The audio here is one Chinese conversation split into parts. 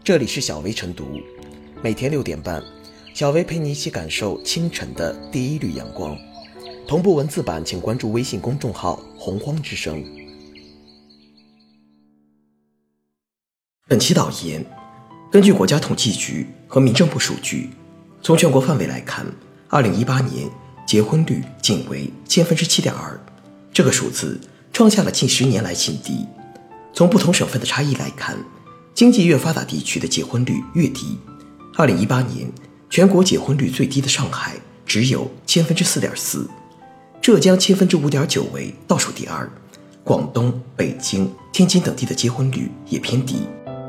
这里是小薇晨读，每天6点半，小薇陪你一起感受清晨的第一缕阳光。同步文字版请关注微信公众号洪荒之声。本期导言，根据国家统计局和民政部数据，从全国范围来看，2018年结婚率仅为7%，这个数字创下了近10年来新低。从不同省份的差异来看，经济越发达地区的结婚率越低。2018年全国结婚率最低的上海只有4.4%，浙江5.9%为倒数第二，广东、北京、天津等地的结婚率也偏低。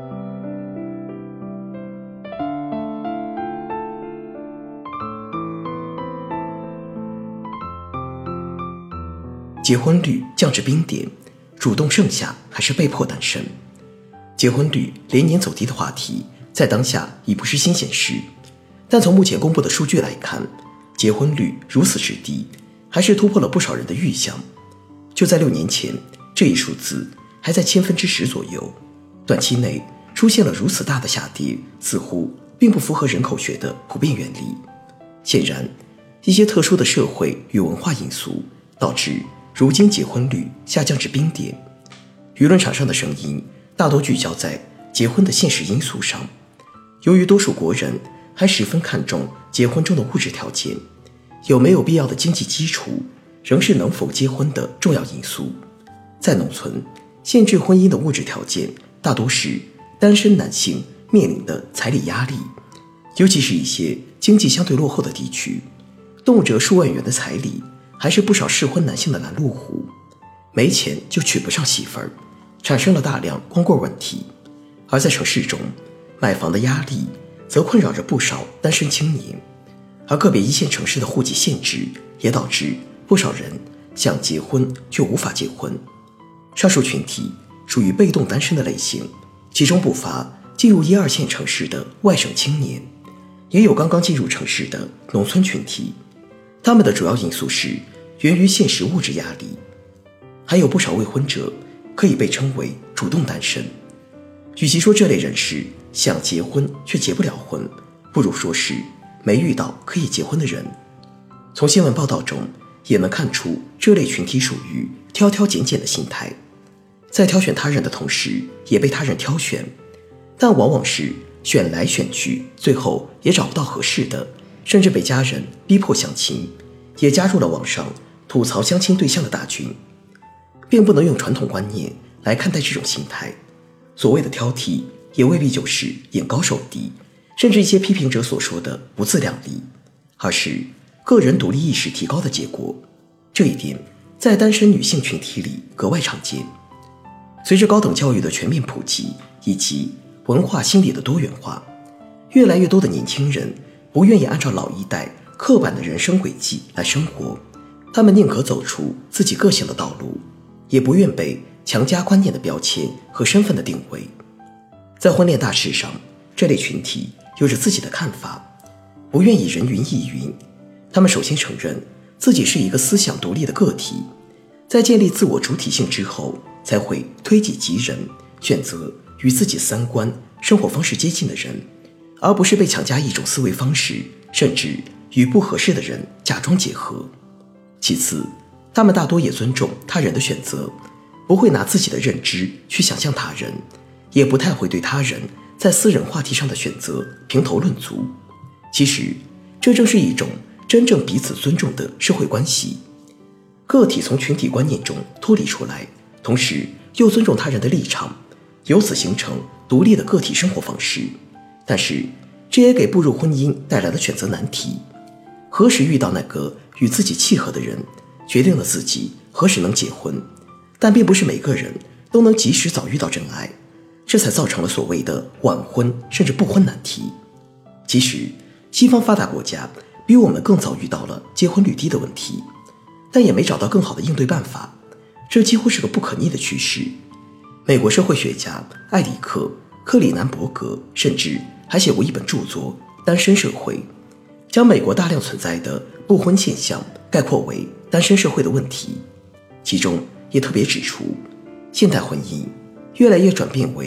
结婚率降至冰点，主动剩下还是被迫单身？结婚率连年走低的话题在当下已不是新鲜事，但从目前公布的数据来看，结婚率如此之低，还是突破了不少人的预想。就在6年前，这一数字还在10%左右，短期内出现了如此大的下跌，似乎并不符合人口学的普遍原理。显然，一些特殊的社会与文化因素导致如今结婚率下降至冰点。舆论场上的声音大多聚焦在结婚的现实因素上，由于多数国人还十分看重结婚中的物质条件，有没有必要的经济基础仍是能否结婚的重要因素。在农村，限制婚姻的物质条件大多是单身男性面临的彩礼压力，尤其是一些经济相对落后的地区，动辄数万元的彩礼还是不少适婚男性的拦路虎，没钱就娶不上媳妇儿，产生了大量光棍问题。而在城市中，买房的压力则困扰着不少单身青年，而个别一线城市的户籍限制也导致不少人想结婚却无法结婚。上述群体属于被动单身的类型，其中不乏进入1、2线城市的外省青年，也有刚刚进入城市的农村群体。他们的主要因素是源于现实物质压力，还有不少未婚者可以被称为主动单身。与其说这类人士想结婚却结不了婚，不如说是没遇到可以结婚的人。从新闻报道中也能看出，这类群体属于挑挑拣拣的心态，在挑选他人的同时也被他人挑选，但往往是选来选去，最后也找不到合适的，甚至被家人逼迫相亲，也加入了网上吐槽相亲对象的大军。并不能用传统观念来看待这种心态，所谓的挑剔也未必就是眼高手低，甚至一些批评者所说的不自量力，而是个人独立意识提高的结果。这一点在单身女性群体里格外常见。随着高等教育的全面普及以及文化心理的多元化，越来越多的年轻人不愿意按照老一代刻板的人生轨迹来生活，他们宁可走出自己个性的道路，也不愿被强加观念的标签和身份的定位。在婚恋大事上，这类群体有着自己的看法，不愿以人云亦云。他们首先承认自己是一个思想独立的个体，在建立自我主体性之后，才会推己及人，选择与自己三观、生活方式接近的人，而不是被强加一种思维方式，甚至与不合适的人假装结合。其次，他们大多也尊重他人的选择，不会拿自己的认知去想象他人，也不太会对他人在私人话题上的选择评头论足。其实，这正是一种真正彼此尊重的社会关系。个体从群体观念中脱离出来，同时又尊重他人的立场，由此形成独立的个体生活方式。但是，这也给步入婚姻带来了选择难题。何时遇到那个与自己契合的人，决定了自己何时能结婚，但并不是每个人都能及时早遇到真爱，这才造成了所谓的晚婚甚至不婚难题。其实，西方发达国家比我们更早遇到了结婚率低的问题，但也没找到更好的应对办法，这几乎是个不可逆的趋势。美国社会学家艾里克·克里南伯格甚至还写过一本著作《单身社会》，将美国大量存在的不婚现象概括为单身社会的问题。其中也特别指出，现代婚姻越来越转变为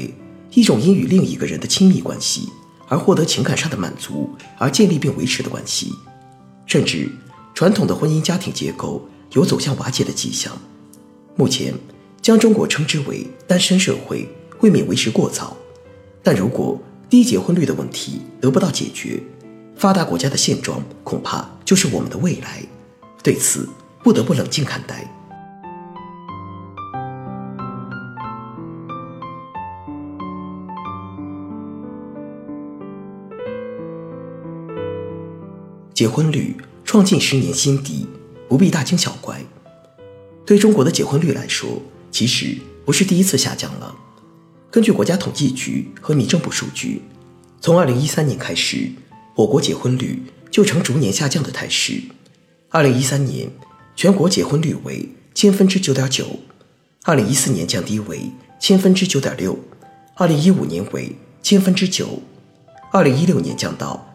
一种因与另一个人的亲密关系而获得情感上的满足而建立并维持的关系，甚至传统的婚姻家庭结构有走向瓦解的迹象。目前将中国称之为单身社会未免为时过早，但如果低结婚率的问题得不到解决，发达国家的现状恐怕就是我们的未来，对此不得不冷静看待。结婚率创近10年新低，不必大惊小怪。对中国的结婚率来说，其实不是第一次下降了。根据国家统计局和民政部数据，从2013年开始，我国结婚率就呈逐年下降的态势。2013年，全国结婚率为9.9%，2014年降低为9.6%，2015年为9%，2016年降到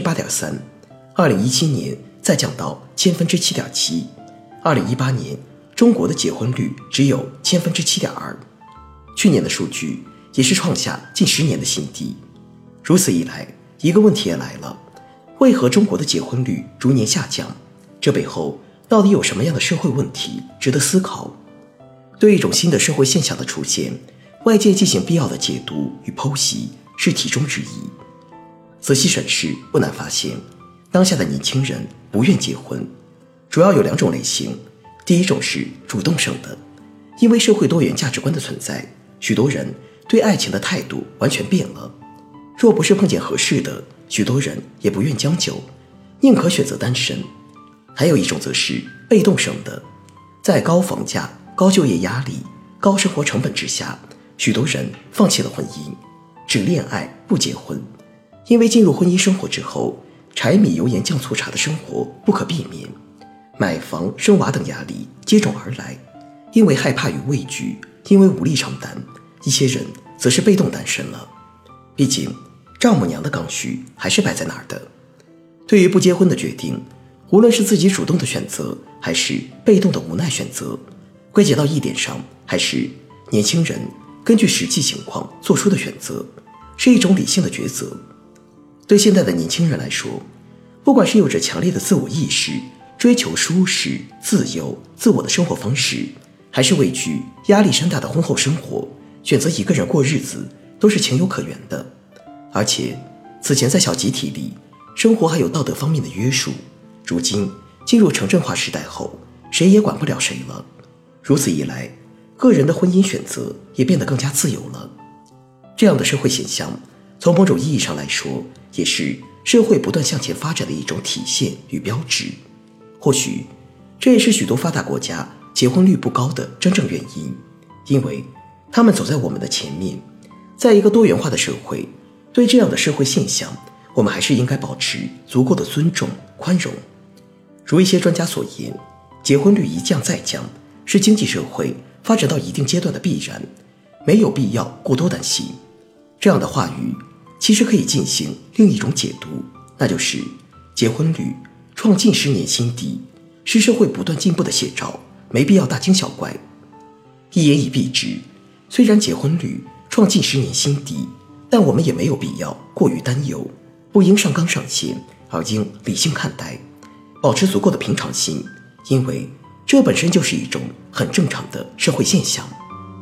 8.3%，2017年再降到7.7%，2018年中国的结婚率只有7.2%。去年的数据也是创下近10年的新低。如此一来，一个问题也来了：为何中国的结婚率逐年下降？这背后到底有什么样的社会问题值得思考？对一种新的社会现象的出现，外界进行必要的解读与剖析是其中之一。仔细审视，不难发现，当下的年轻人不愿结婚，主要有2种类型。第一种是主动生的，因为社会多元价值观的存在，许多人对爱情的态度完全变了。若不是碰见合适的，许多人也不愿将就，宁可选择单身。还有一种则是被动生的，在高房价、高就业压力、高生活成本之下，许多人放弃了婚姻，只恋爱不结婚。因为进入婚姻生活之后，柴米油盐酱醋茶的生活不可避免，买房生娃等压力接踵而来。因为害怕与畏惧，因为无力承担，一些人则是被动单身了。毕竟丈母娘的刚需还是摆在那儿的。对于不结婚的决定，无论是自己主动的选择，还是被动的无奈选择，归结到一点上，还是年轻人根据实际情况做出的选择，是一种理性的抉择。对现在的年轻人来说，不管是有着强烈的自我意识，追求舒适、自由、自我的生活方式，还是畏惧压力山大的婚后生活，选择一个人过日子，都是情有可原的。而且此前在小集体里，生活还有道德方面的约束，如今进入城镇化时代后，谁也管不了谁了。如此一来，个人的婚姻选择也变得更加自由了。这样的社会现象，从某种意义上来说，也是社会不断向前发展的一种体现与标志。或许这也是许多发达国家结婚率不高的真正原因，因为他们走在我们的前面。在一个多元化的社会，对这样的社会现象，我们还是应该保持足够的尊重、宽容。如一些专家所言，结婚率一降再降，是经济社会发展到一定阶段的必然，没有必要过多担心。这样的话语其实可以进行另一种解读，那就是结婚率创近10年新低，是社会不断进步的写照，没必要大惊小怪。一言以蔽之，虽然结婚率创近10年新低，但我们也没有必要过于担忧，不应上纲上线，而应理性看待，保持足够的平常心，因为这本身就是一种很正常的社会现象。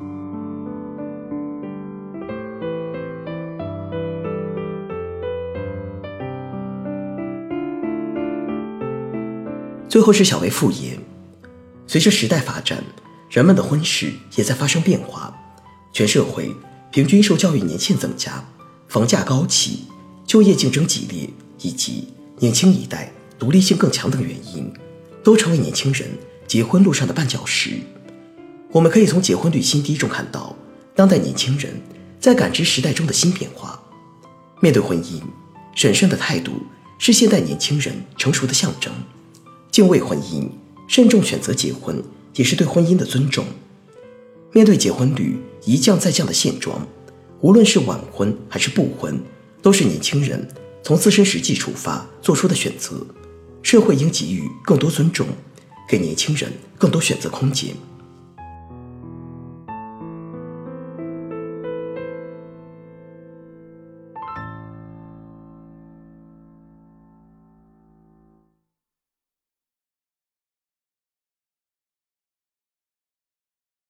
最后是小微复言，随着时代发展，人们的婚事也在发生变化，全社会平均受教育年限增加，房价高企，就业竞争激烈，以及年轻一代独立性更强等原因，都成为年轻人结婚路上的绊脚石。我们可以从结婚率新低中看到，当代年轻人在感知时代中的新变化。面对婚姻，审慎的态度是现代年轻人成熟的象征。敬畏婚姻，慎重选择结婚，也是对婚姻的尊重。面对结婚率一降再降的现状，无论是晚婚还是不婚，都是年轻人从自身实际出发做出的选择。社会应给予更多尊重，给年轻人更多选择空间。